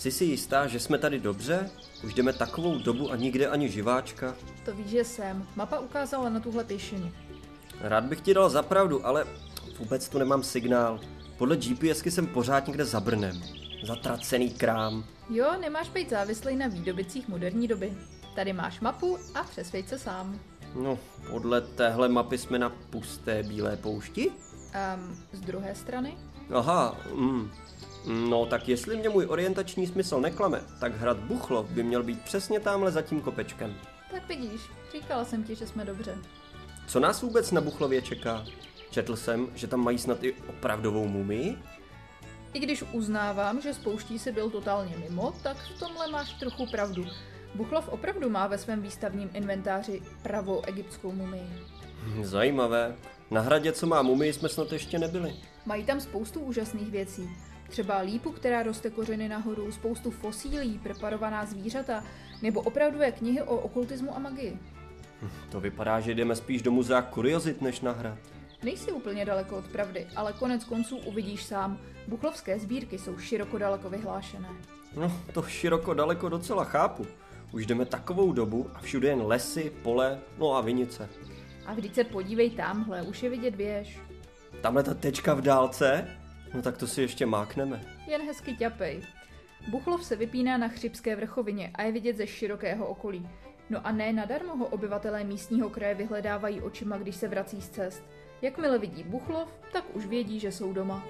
Jsi si jistá, že jsme tady dobře? Už jdeme takovou dobu a nikde ani živáčka. To víš, že jsem. Mapa ukázala na tuhle pěšinu. Rád bych ti dal za pravdu, ale vůbec tu nemám signál. Podle GPSky jsem pořád někde za Brnem. Zatracený krám. Jo, nemáš být závislý na výdobytcích moderní doby. Tady máš mapu a přesvědč se sám. No, podle téhle mapy jsme na pusté bílé poušti? Z druhé strany? Aha, No tak jestli mě můj orientační smysl neklame, tak hrad Buchlov by měl být přesně tamhle za tím kopečkem. Tak vidíš, říkala jsem ti, že jsme dobře. Co nás vůbec na Buchlově čeká? Četl jsem, že tam mají snad i opravdovou mumii? I když uznávám, že z pouští si byl totálně mimo, tak v tomhle máš trochu pravdu. Buchlov opravdu má ve svém výstavním inventáři pravou egyptskou mumii. Zajímavé. Na hradě, co má mumii, jsme snad ještě nebyli. Mají tam spoustu úžasných věcí. Třeba lípu, která roste kořeny nahoru, spoustu fosílí, preparovaná zvířata, nebo opravdové knihy o okultismu a magii. To vypadá, že jdeme spíš do muzea kuriozit než na hrad. Nejsi úplně daleko od pravdy, ale konec konců uvidíš sám. Buchlovské sbírky jsou široko daleko vyhlášené. No, to široko daleko docela chápu. Už jdeme takovou dobu a všude jen lesy, pole, no a vinice. A vždyť se podívej tamhle, už je vidět věž. Tamhle ta tečka v dálce? No tak to si ještě mákneme. Jen hezky ťapej. Buchlov se vypíná na Chřibské vrchovině a je vidět ze širokého okolí. No a ne nadarmo ho obyvatelé místního kraje vyhledávají očima, když se vrací z cest. Jakmile vidí Buchlov, tak už vědí, že jsou doma.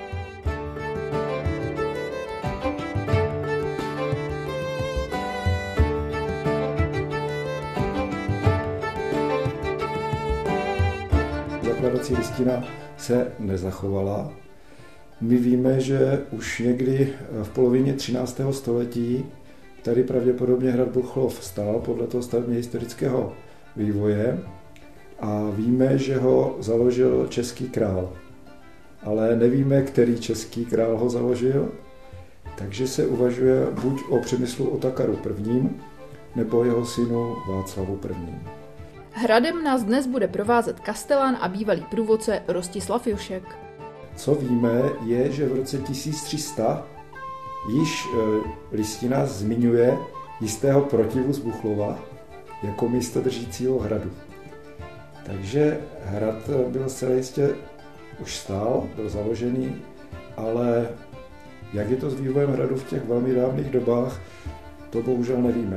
Zakladací listina se nezachovala. My víme, že už někdy v polovině 13. století tady pravděpodobně hrad Buchlov stál podle toho stavebně historického vývoje a víme, že ho založil český král. Ale nevíme, který český král ho založil, takže se uvažuje buď o Přemyslu Otakaru I. nebo jeho synu Václavu I. Hradem nás dnes bude provázet kastelán a bývalý průvodce Rostislav Jošek. Co víme, je, že v roce 1300 již listina zmiňuje jistého protivu z Buchlova jako místodržícího hradu. Takže hrad byl zcela jistě už stál, byl založený, ale jak je to s vývojem hradu v těch velmi dávných dobách, to bohužel nevíme.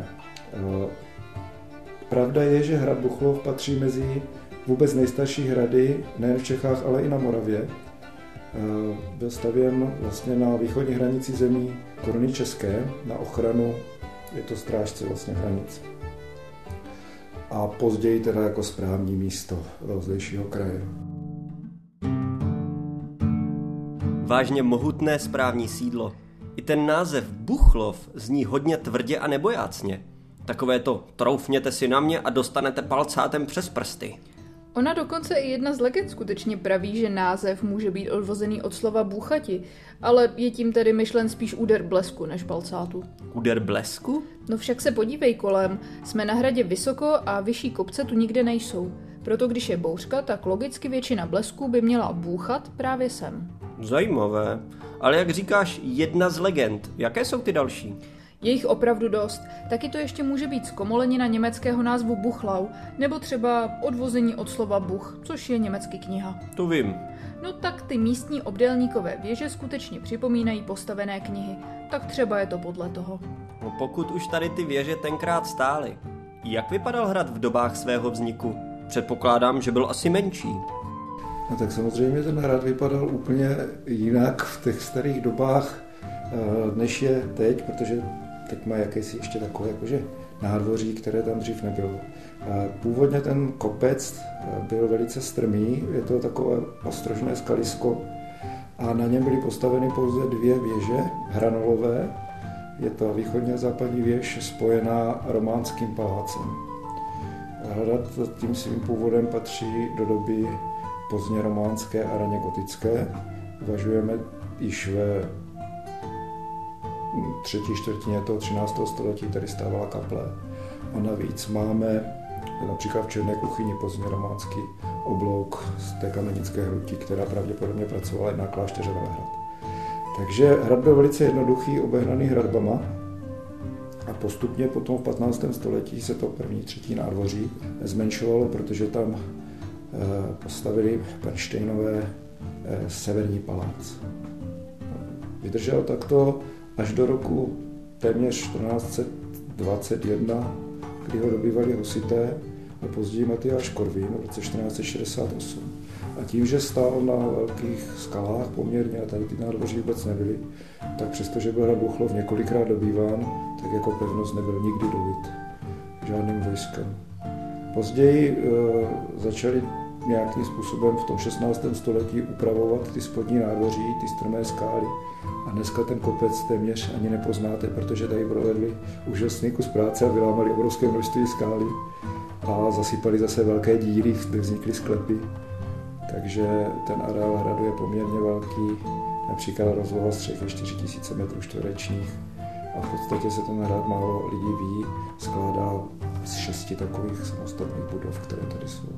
Pravda je, že hrad Buchlov patří mezi vůbec nejstarší hrady nejen v Čechách, ale i na Moravě. Byl stavěn vlastně na východní hranici zemí Koruny české, na ochranu, je to strážce vlastně hranic. A později teda jako správní místo zdejšího kraje. Vážně mohutné správní sídlo. I ten název Buchlov zní hodně tvrdě a nebojácně. Takové to troufněte si na mě a dostanete palcátem přes prsty. Ona dokonce i jedna z legend skutečně praví, že název může být odvozený od slova bůchati, ale je tím tedy myšlen spíš úder blesku než palcátu. Úder blesku? No však se podívej kolem, jsme na hradě vysoko a vyšší kopce tu nikde nejsou. Proto když je bouřka, tak logicky většina blesků by měla bůchat právě sem. Zajímavé. Ale jak říkáš, jedna z legend, jaké jsou ty další? Je jich opravdu dost, taky to ještě může být zkomolenina německého názvu Buchlau, nebo třeba odvození od slova Buch, což je německy kniha. To vím. No tak ty místní obdélníkové věže skutečně připomínají postavené knihy, tak třeba je to podle toho. No pokud už tady ty věže tenkrát stály, jak vypadal hrad v dobách svého vzniku? Předpokládám, že byl asi menší. No tak samozřejmě ten hrad vypadal úplně jinak v těch starých dobách, než je teď, protože teď má jakési ještě takové jakože nádvoří, které tam dřív nebylo. Původně ten kopec byl velice strmý, je to takové ostrožné skalisko a na něm byly postaveny pouze dvě věže hranolové. Je to východní a západní věž spojená románským palácem. Hrad tím svým původem patří do doby pozdně románské a raně gotické. Uvažujeme již ve třetí čtvrtině toho 13. století tady stávala kaple. A navíc máme například v Černé kuchyni pozdně románský oblouk z té kamenické hrutí, která pravděpodobně pracovala i na klášteře Velehrad. Takže hrad byl velice jednoduchý, obehnaný hradbama a postupně potom v 15. století se to první, třetí nádvoří zmenšovalo, protože tam postavili Bernštejnové severní palác. Vydržel takto až do roku téměř 1421, kdy ho dobývali husité a později Matyáš Korvín v roce 1468. A tím, že stál na velkých skalách poměrně a tady ty nádvoří vůbec nebyly, tak přestože byl hrad Buchlov několikrát dobýván, tak jako pevnost nebyl nikdy dobyt žádným vojskem. Později začali nějakým způsobem v tom 16. století upravovat ty spodní nádvoří, ty strmé skály. A dneska ten kopec téměř ani nepoznáte, protože tady provedli úžasný kus práce a vylámali obrovské množství skály a zasypali zase velké díry, kde vznikly sklepy. Takže ten areál hradu je poměrně velký, například rozloha střech je 4000 m2 a v podstatě se ten hrad, málo lidí ví, skládá z 6 takových samostatných budov, které tady jsou.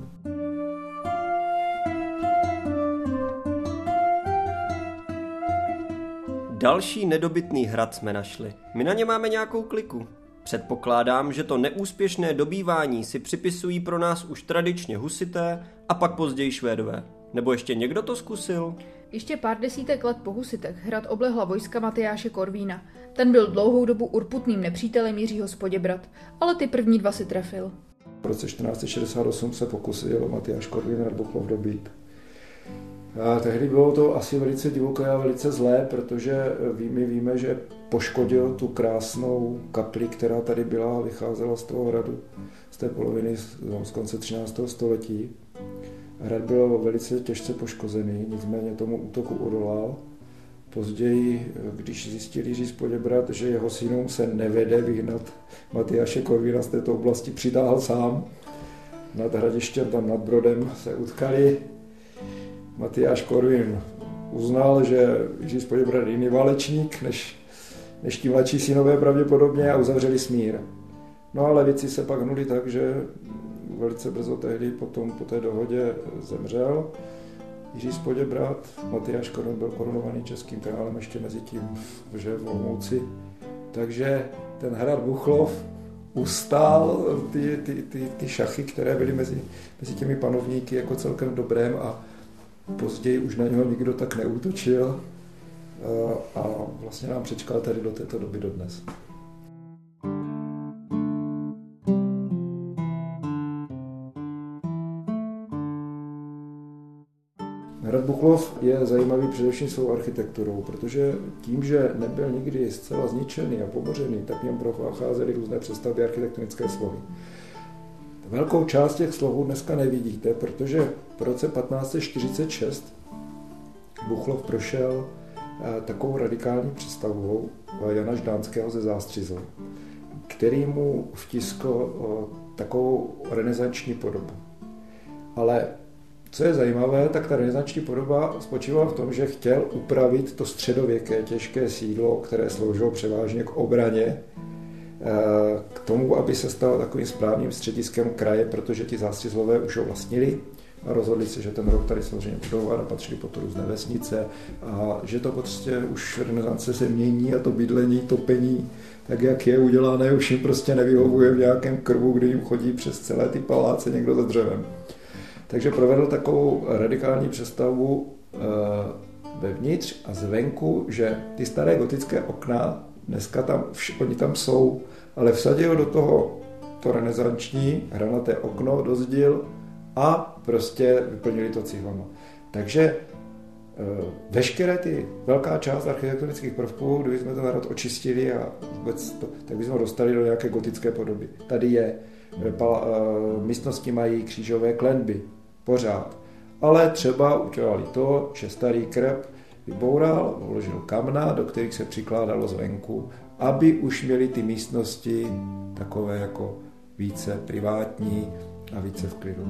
Další nedobytný hrad jsme našli. My na ně máme nějakou kliku. Předpokládám, že to neúspěšné dobývání si připisují pro nás už tradičně husité a pak později Švédové. Nebo ještě někdo to zkusil? Ještě pár desítek let po husitech hrad oblehla vojska Matyáše Korvína. Ten byl dlouhou dobu urputným nepřítelem Jiřího z Poděbrad, ale ty první dva si trefil. V roce 1468 se pokusil Matyáš Korvín hrad Buchlov dobít. A tehdy bylo to asi velice divoké a velice zlé, protože my víme, že poškodil tu krásnou kapli, která tady byla a vycházela z toho hradu, z té poloviny z konce 13. století. Hrad byl velice těžce poškozený, nicméně tomu útoku odolal. Později, když zjistil Jiří z Poděbrad, že jeho synům se nevede vyhnat Matyáše Korvína z této oblasti, přitáhl sám. Nad Hradištěm, tam nad Brodem se utkali. Matyáš Korvín uznal, že Jiří z Poděbrad je jiný válečník než ti mladší synové pravděpodobně a uzavřeli smír. No ale věci se pak hnuly tak, že velice brzo tehdy potom po té dohodě zemřel Jiří z Poděbrad. Matyáš Korvín byl korunovaný českým králem ještě mezi tím v Olomouci. Takže ten hrad Buchlov ustál ty šachy, které byly mezi těmi panovníky jako celkem dobrém a později už na něho nikdo tak neútočil a vlastně nám přečkal tady do této doby dodnes. Hrad Buchlov je zajímavý především svou architekturou, protože tím, že nebyl nikdy zcela zničený a pobořený, tak v něm procházely různé přestavby architektonické slohy. Velkou část těch slohů dneska nevidíte, protože v roce 1546 Buchlov prošel takovou radikální přestavbou Jana Ždánského ze Zástřizou, který mu vtiskl takovou renesanční podobu. Ale co je zajímavé, tak ta renesanční podoba spočívala v tom, že chtěl upravit to středověké těžké sídlo, které sloužilo převážně k obraně, k tomu, aby se stalo takovým správným střediskem kraje, protože ti Zástřizlové už ho vlastnili a rozhodli se, že ten rok tady samozřejmě budovat a patřili po to různé vesnice a že to prostě už renesance se mění a to bydlení, topení, tak jak je udělané, už jim prostě nevyhovuje v nějakém krvu, kdy jim chodí přes celé ty paláce někdo za dřevem. Takže provedl takovou radikální přestavbu vevnitř a zvenku, že ty staré gotické okna, dneska oni tam jsou, ale vsadil do toho to renesanční hranaté okno do zdil a prostě vyplnili to cihlama. Takže veškeré velká část architektonických prvků, kdyby jsme ten hrad očistili a vůbec to, tak bychom ho dostali do nějaké gotické podoby. Tady je, místnosti mají křížové klenby, pořád. Ale třeba udělali to, že starý krb vyboural, vložil kamna, do kterých se přikládalo zvenku, aby už měli ty místnosti takové jako více privátní a více v klidu.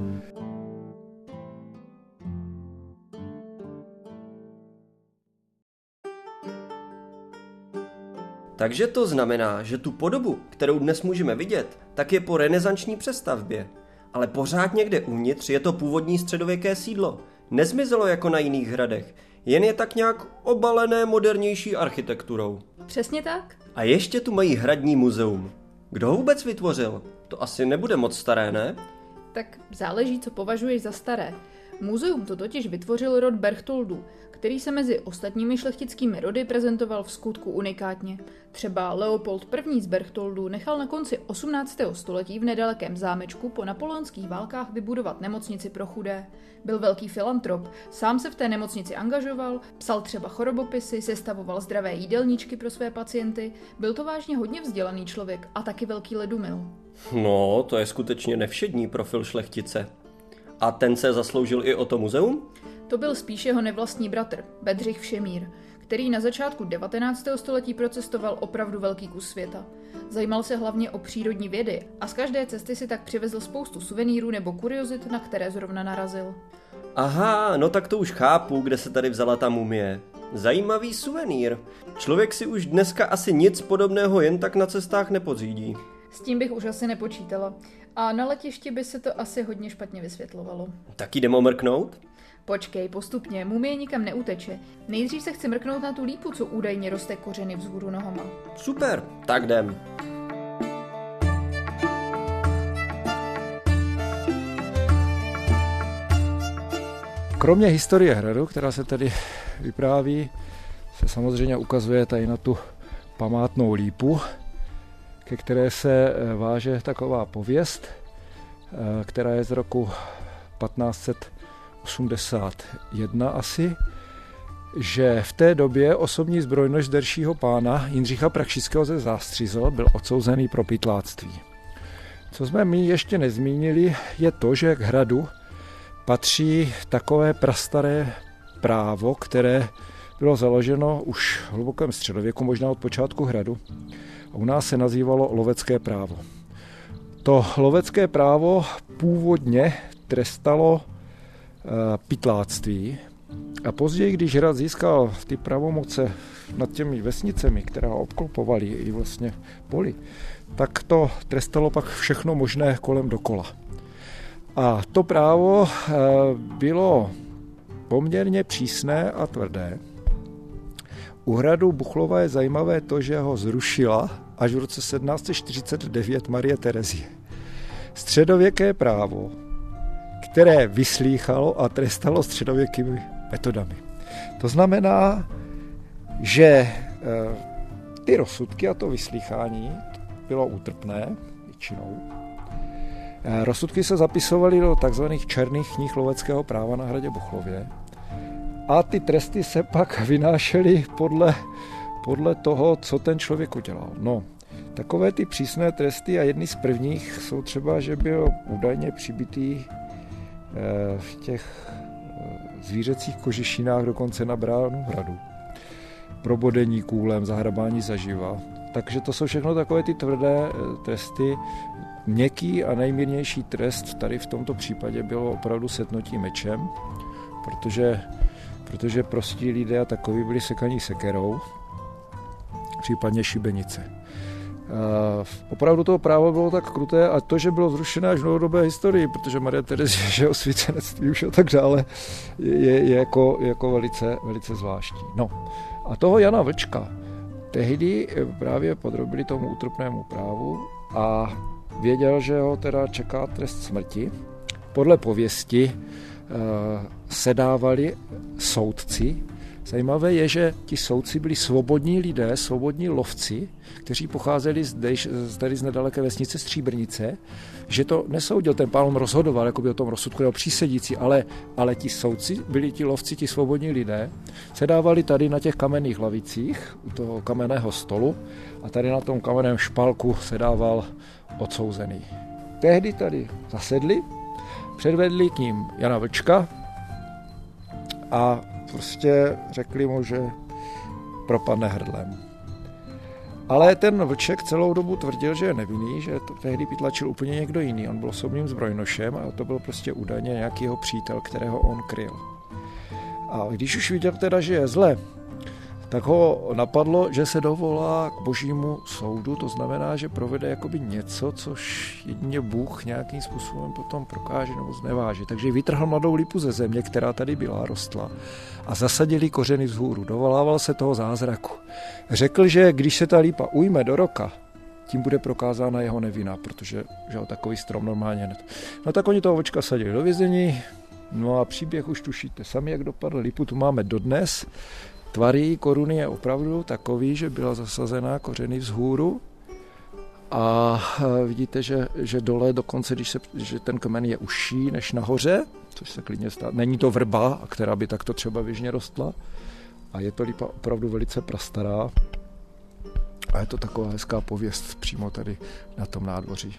Takže to znamená, že tu podobu, kterou dnes můžeme vidět, tak je po renesanční přestavbě. Ale pořád někde uvnitř je to původní středověké sídlo. Nezmizelo jako na jiných hradech. jen je tak nějak obalené modernější architekturou. Přesně tak. A ještě tu mají hradní muzeum. Kdo ho vůbec vytvořil? To asi nebude moc staré, ne? Tak záleží, co považuješ za staré. Muzeum to totiž vytvořil rod Berchtoldů, který se mezi ostatními šlechtickými rody prezentoval v skutku unikátně. Třeba Leopold I. z Berchtoldů nechal na konci 18. století v nedalekém zámečku po napoleonských válkách vybudovat nemocnici pro chudé. Byl velký filantrop, sám se v té nemocnici angažoval, psal třeba chorobopisy, sestavoval zdravé jídelníčky pro své pacienty, byl to vážně hodně vzdělaný člověk a taky velký ledumil. No, to je skutečně nevšední profil šlechtice. A ten se zasloužil i o to muzeum? To byl spíš jeho nevlastní bratr, Bedřich Všemír, který na začátku 19. století procestoval opravdu velký kus světa. Zajímal se hlavně o přírodní vědy a z každé cesty si tak přivezl spoustu suvenýrů nebo kuriozit, na které zrovna narazil. Aha, no tak to už chápu, kde se tady vzala ta mumie. Zajímavý suvenýr. Člověk si už dneska asi nic podobného jen tak na cestách nepořídí. S tím bych už asi nepočítala. A na letišti by se to asi hodně špatně vysvětlovalo. Tak jdeme omrknout? Počkej, postupně, mumie nikam neuteče. Nejdřív se chci mrknout na tu lípu, co údajně roste kořeny vzhůru nohama. Super, tak jdem. Kromě historie hradu, která se tady vypráví, se samozřejmě ukazuje tady na tu památnou lípu, ke které se váže taková pověst, která je z roku 1581 asi, že v té době osobní zbrojnož zderšího pána Jindřicha Prakšického ze Zástřizel byl odsouzený pro pytláctví. Co jsme my ještě nezmínili, je to, že k hradu patří takové prastaré právo, které bylo založeno už v hlubokém středověku, možná od počátku hradu. A u nás se nazývalo lovecké právo. To lovecké právo původně trestalo pytláctví a později, když hrad získal ty pravomoce nad těmi vesnicemi, které ho obklopovaly i vlastně poli, tak to trestalo pak všechno možné kolem dokola. A to právo bylo poměrně přísné a tvrdé. U hradu Buchlova je zajímavé to, že ho zrušila až v roce 1749 Marie Terezie. Středověké právo, které vyslýchalo a trestalo středověkými metodami. To znamená, že ty rozsudky a to vyslýchání bylo útrpné většinou. Rozsudky se zapisovaly do takzvaných černých knih loveckého práva na hradě Buchlově a ty tresty se pak vynášely podle toho, co ten člověk udělal. No, takové ty přísné tresty a jedny z prvních jsou třeba, že byl údajně přibitý v těch zvířecích kožešinách dokonce na bránu hradu. Probodení kůlem, zahrabání zaživa. Takže to jsou všechno takové ty tvrdé tresty. Měkký a nejmírnější trest tady v tomto případě bylo opravdu setnutí mečem, protože prostí lidé a takoví byli sekaní sekerou, případně šibenice. Opravdu toho právo bylo tak kruté a to, že bylo zrušené až v novodobé historii, protože Marie Terezie, že osvícenectví už a tak dále, je jako velice zvláštní. No a toho Jana Vlčka tehdy právě podrobili tomu útrpnému právu a věděl, že ho teda čeká trest smrti. Podle pověsti se dávali soudci. Zajímavé je, že ti soudci byli svobodní lidé, svobodní lovci, kteří pocházeli z nedaleké vesnice Stříbrnice, že to nesoudil ten pán, on rozhodoval jako by o tom rozsudku nebo přísedící, ale ti soudci byli ti lovci, ti svobodní lidé, se dávali tady na těch kamenných lavicích u toho kamenného stolu a tady na tom kamenném špalku se dával odsouzený. Tehdy tady zasedli, předvedli k ním Jana Vlčka a prostě řekli mu, že propadne hrdlem. Ale ten Vlček celou dobu tvrdil, že je nevinný, že to tehdy pytlačil úplně někdo jiný. On byl osobním zbrojnošem a to byl prostě údajně nějaký jeho přítel, kterého on kryl. A když už viděl teda, že je zle, tak ho napadlo, že se dovolá k božímu soudu, to znamená, že provede jakoby něco, což jedině Bůh nějakým způsobem potom prokáže nebo zneváže. Takže vytrhl mladou lipu ze země, která tady byla, rostla, a zasadili kořeny vzhůru. Dovolával se toho zázraku. Řekl, že když se ta lípa ujme do roka, tím bude prokázána jeho nevina, protože že takový strom normálně hned. No tak oni toho vočka sadili do vězení, no a příběh už tušíte sami, jak dopadl. Lipu tu máme dodnes. Tvar její koruny je opravdu takový, že byla zasazená kořeny vzhůru a vidíte, že dole dokonce, že ten kmen je užší než nahoře, což se klidně stát. Není to vrba, která by takto třeba běžně rostla, a je to lipa opravdu velice prastará a je to taková hezká pověst přímo tady na tom nádvoří.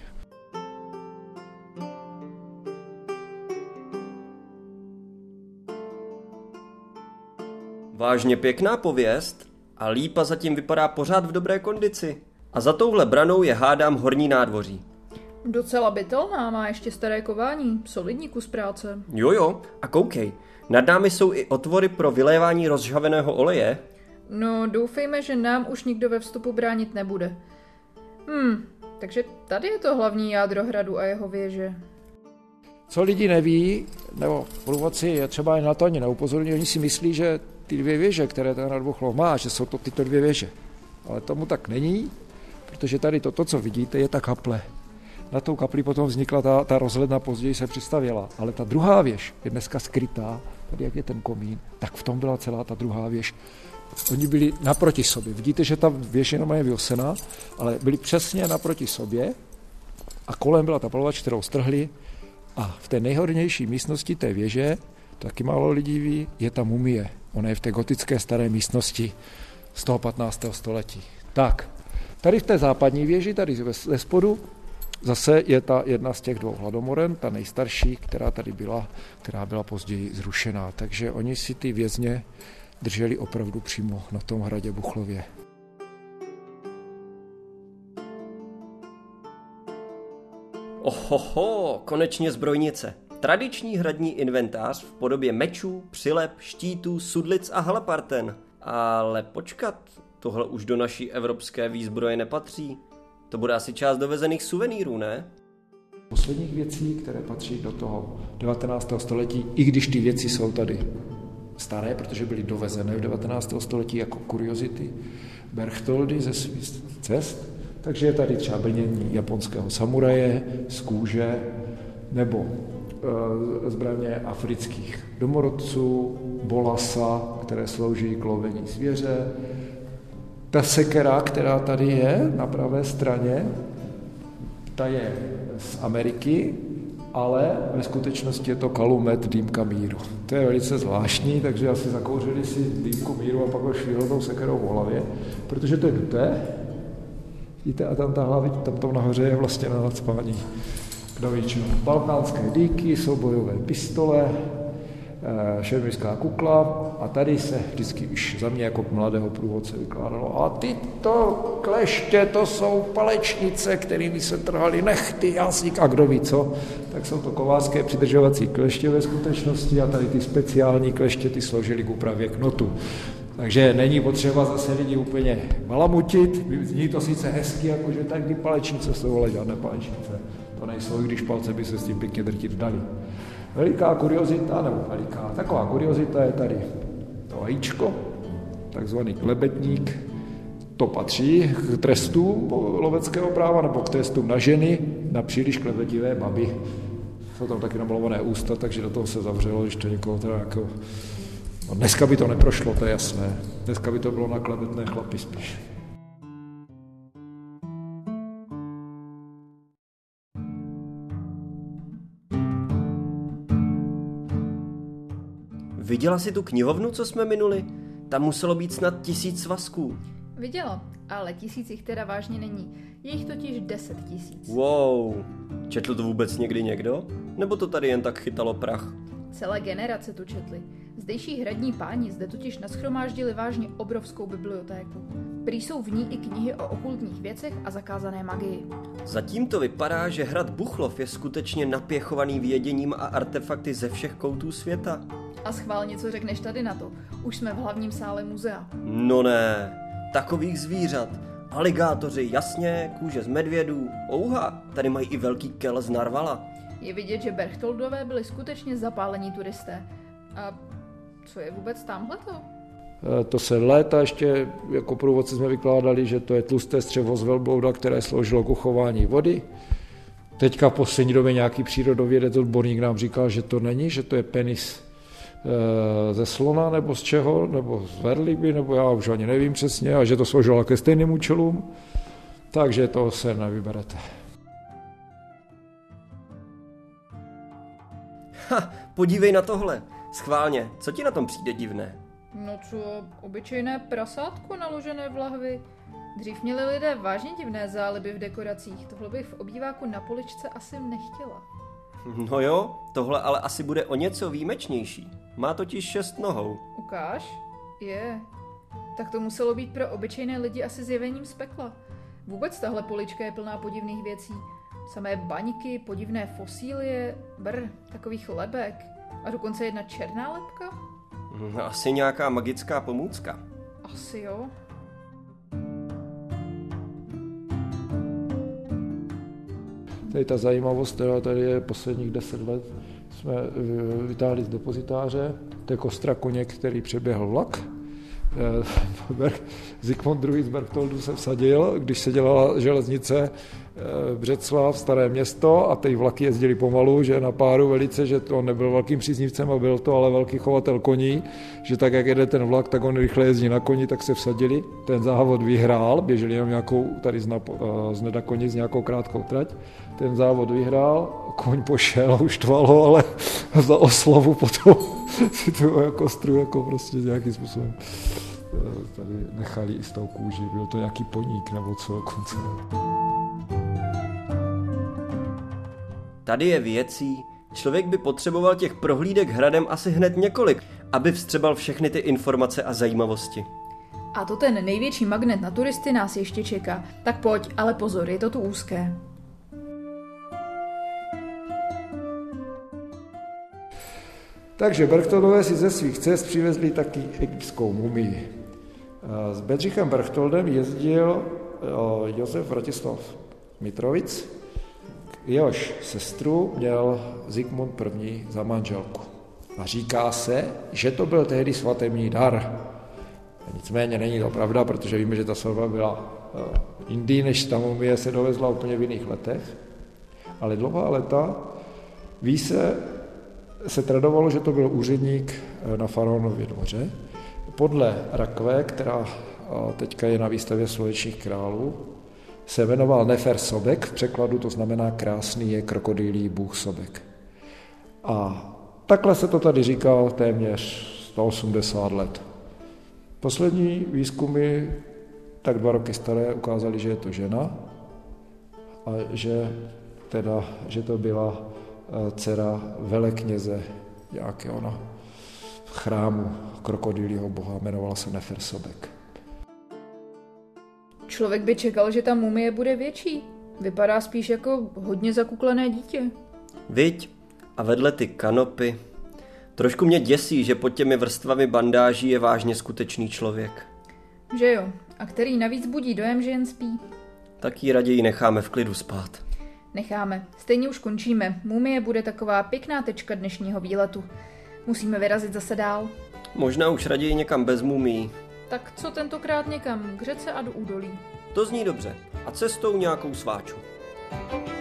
Vážně pěkná pověst a lípa zatím vypadá pořád v dobré kondici. A za touhle branou je hádám horní nádvoří. Docela bytelná, má ještě staré kování, solidní kus práce. Jo, a koukej, nad námi jsou i otvory pro vylévání rozžhaveného oleje. No, doufejme, že nám už nikdo ve vstupu bránit nebude. Takže tady je to hlavní jádro hradu a jeho věže. Co lidi neví, nebo průvodci je třeba na to ani neupozorní, oni si myslí, že ty dvě věže, které ten hrad Buchlov má, že jsou to tyto dvě věže. Ale tomu tak není, protože tady to, co vidíte, je ta kaple. Na tou kapli potom vznikla ta rozhledna, později se přistavěla. Ale ta druhá věž je dneska skrytá, tady jak je ten komín, tak v tom byla celá ta druhá věž. Oni byli naproti sobě. Vidíte, že ta věž jenom je vyosená, ale byli přesně naproti sobě a kolem byla ta palovač, kterou strhli, a v té nejhornější místnosti té věže, taky málo lidí ví, je ta mumie. Ona je v té gotické staré místnosti z toho 15. století. Tak, tady v té západní věži, tady ze spodu, zase je ta jedna z těch dvou hladomoren, ta nejstarší, která tady byla, která byla později zrušená. Takže oni si ty vězně drželi opravdu přímo na tom hradě Buchlově. Ohoho, konečně zbrojnice. Tradiční hradní inventář v podobě mečů, přilep, štítů, sudlic a halaparten. Ale počkat, tohle už do naší evropské výzbroje nepatří. To bude asi část dovezených suvenýrů, ne? Posledních věcí, které patří do toho 19. století, i když ty věci jsou tady staré, protože byly dovezené v 19. století jako kuriozity, Berchtoldy ze svých cest, takže je tady třeba brnění japonského samuraje z kůže nebo zbraně afrických domorodců, bolasa, které slouží k lovení zvěře. Ta sekera, která tady je na pravé straně, ta je z Ameriky, ale ve skutečnosti je to kalumet dýmka míru. To je velice zvláštní, takže asi zakouřili si dýmku míru a pak ho švihl tou sekerou v hlavě, protože to je duté. Vidíte, a tam ta hlavič, tam nahoře je vlastně na nadspání k novičům. Balkánské dýky, soubojové pistole, šermířská kukla a tady se vždycky už za mě jako mladého průvodce vykládalo. A tyto kleště, to jsou palečnice, kterými se trhaly nechty, jazyk a kdo ví co. Tak jsou to kovářské přidržovací kleště ve skutečnosti a tady ty speciální kleště ty složili k úpravě knotu. Takže není potřeba zase lidi úplně balamutit, zní to sice hezky, jakože tady palečnice jsou, ale žádné palečnice. To nejsou, když palce by se s tím pěkně drtit dali. Veliká kuriozita, nebo taková kuriozita je tady to vajíčko, takzvaný klebetník. To patří k trestům loveckého práva, nebo k trestům na ženy, na příliš klebetivé baby. Jsou tam taky namalované ústa, takže do toho se zavřelo, když to někoho teda jako... No dneska by to neprošlo, to je jasné. Dneska by to bylo na klebetné chlapy spíš. Viděla jsi tu knihovnu, co jsme minuli? Tam muselo být snad 1000 svazků. Viděla, ale 1000 jich teda vážně není. Je jich totiž 10 000. Wow, četl to vůbec někdy někdo? Nebo to tady jen tak chytalo prach? Celé generace to četli. Zdejší hradní páni zde totiž nashromáždili vážně obrovskou bibliotéku. Prý jsou v ní i knihy o okultních věcech a zakázané magii. Zatím to vypadá, že hrad Buchlov je skutečně napěchovaný věděním a artefakty ze všech koutů světa. A schválně, co řekneš tady na to? Už jsme v hlavním sále muzea. No ne, takových zvířat. Aligátoři, jasně, kůže z medvědů. Ouha, tady mají i velký kel z narvala. Je vidět, že Berchtoldové byli skutečně zapálení turisté. A co je vůbec tamhleto? To se léta ještě jako průvodci jsme vykládali, že to je tlusté střevo z velblouda, které sloužilo k uchování vody. Teďka v poslední době nějaký přírodovědec odborník nám říkal, že to není, že to je penis ze slona nebo z čeho, nebo z verliby, nebo já už ani nevím přesně, a že to sloužilo ke stejným účelům, takže to se nevyberete. Podívej na tohle. Schválně, co ti na tom přijde divné? No co, obyčejné prasátko naložené v lahvi. Dřív měli lidé vážně divné záliby v dekoracích. Tohle bych v obýváku na poličce asi nechtěla. No jo, tohle ale asi bude o něco výjimečnější. Má totiž 6 nohou. Ukáž? Je. Tak to muselo být pro obyčejné lidi asi zjevením z pekla. Vůbec tahle polička je plná podivných věcí. Samé baňky, podivné fosílie, takových lebek. A dokonce jedna černá lebka? Asi nějaká magická pomůcka. Asi jo. Tady ta zajímavost, která tady je posledních 10 let, jsme vytáhli z depozitáře, to je kostra koně, který přeběhl vlak. Zikmund II. Z Berchtoldu se vsadil, když se dělala železnice Břeclav, Staré Město, a ty vlaky jezdili pomalu, že na páru velice, že to nebyl velkým příznivcem a byl to ale velký chovatel koní, že tak, jak jede ten vlak, tak on rychle jezdí na koni, tak se vsadili. Ten závod vyhrál, běželi jenom nějakou, tady z Nedakonic nějakou krátkou trať, ten závod vyhrál, koň pošel, už tvalo, ale za oslavu potom si tu kostru jako prostě nějakým způsobem tady nechali i s tou kůži, byl to nějaký poník nebo co dokonce. Tady je věcí, člověk by potřeboval těch prohlídek hradem asi hned několik, aby vstřebal všechny ty informace a zajímavosti. A to ten největší magnet na turisty nás ještě čeká. Tak pojď, ale pozor, je to tu úzké. Takže Berchtoldové si ze svých cest přivezli taky egyptskou mumii. S Bedřichem Berchtoldem jezdil Josef Vratislav Mitrovic, jehož sestru měl Zikmund I. za manželku. A říká se, že to byl tehdy svatební dar. Nicméně není to pravda, protože víme, že ta svatba byla jindy, než ta mumie se dovezla úplně v jiných letech. Ale dlouhá léta ví se tradovalo, že to byl úředník na faraonově dvoře. Podle rakve, která teďka je na výstavě slunečních králů, se jmenoval Nefer Sobek, v překladu to znamená krásný je krokodýlí bůh Sobek. A takhle se to tady říkal téměř 180 let. Poslední výzkumy, tak 2 roky staré, ukázaly, že je to žena a že to byla dcera velekněze nějakého na chrámu krokodýlího boha, jmenovala se Nefer Sobek. Člověk by čekal, že ta mumie bude větší. Vypadá spíš jako hodně zakuklené dítě. Viď? A vedle ty kanopy. Trošku mě děsí, že pod těmi vrstvami bandáží je vážně skutečný člověk. Že jo, a který navíc budí dojem, že jen spí. Tak ji raději necháme v klidu spát. Necháme. Stejně už končíme. Mumie bude taková pěkná tečka dnešního výletu. Musíme vyrazit zase dál. Možná už raději někam bez mumií. Tak co tentokrát někam? K řece a do údolí. To zní dobře. A cestou nějakou sváču.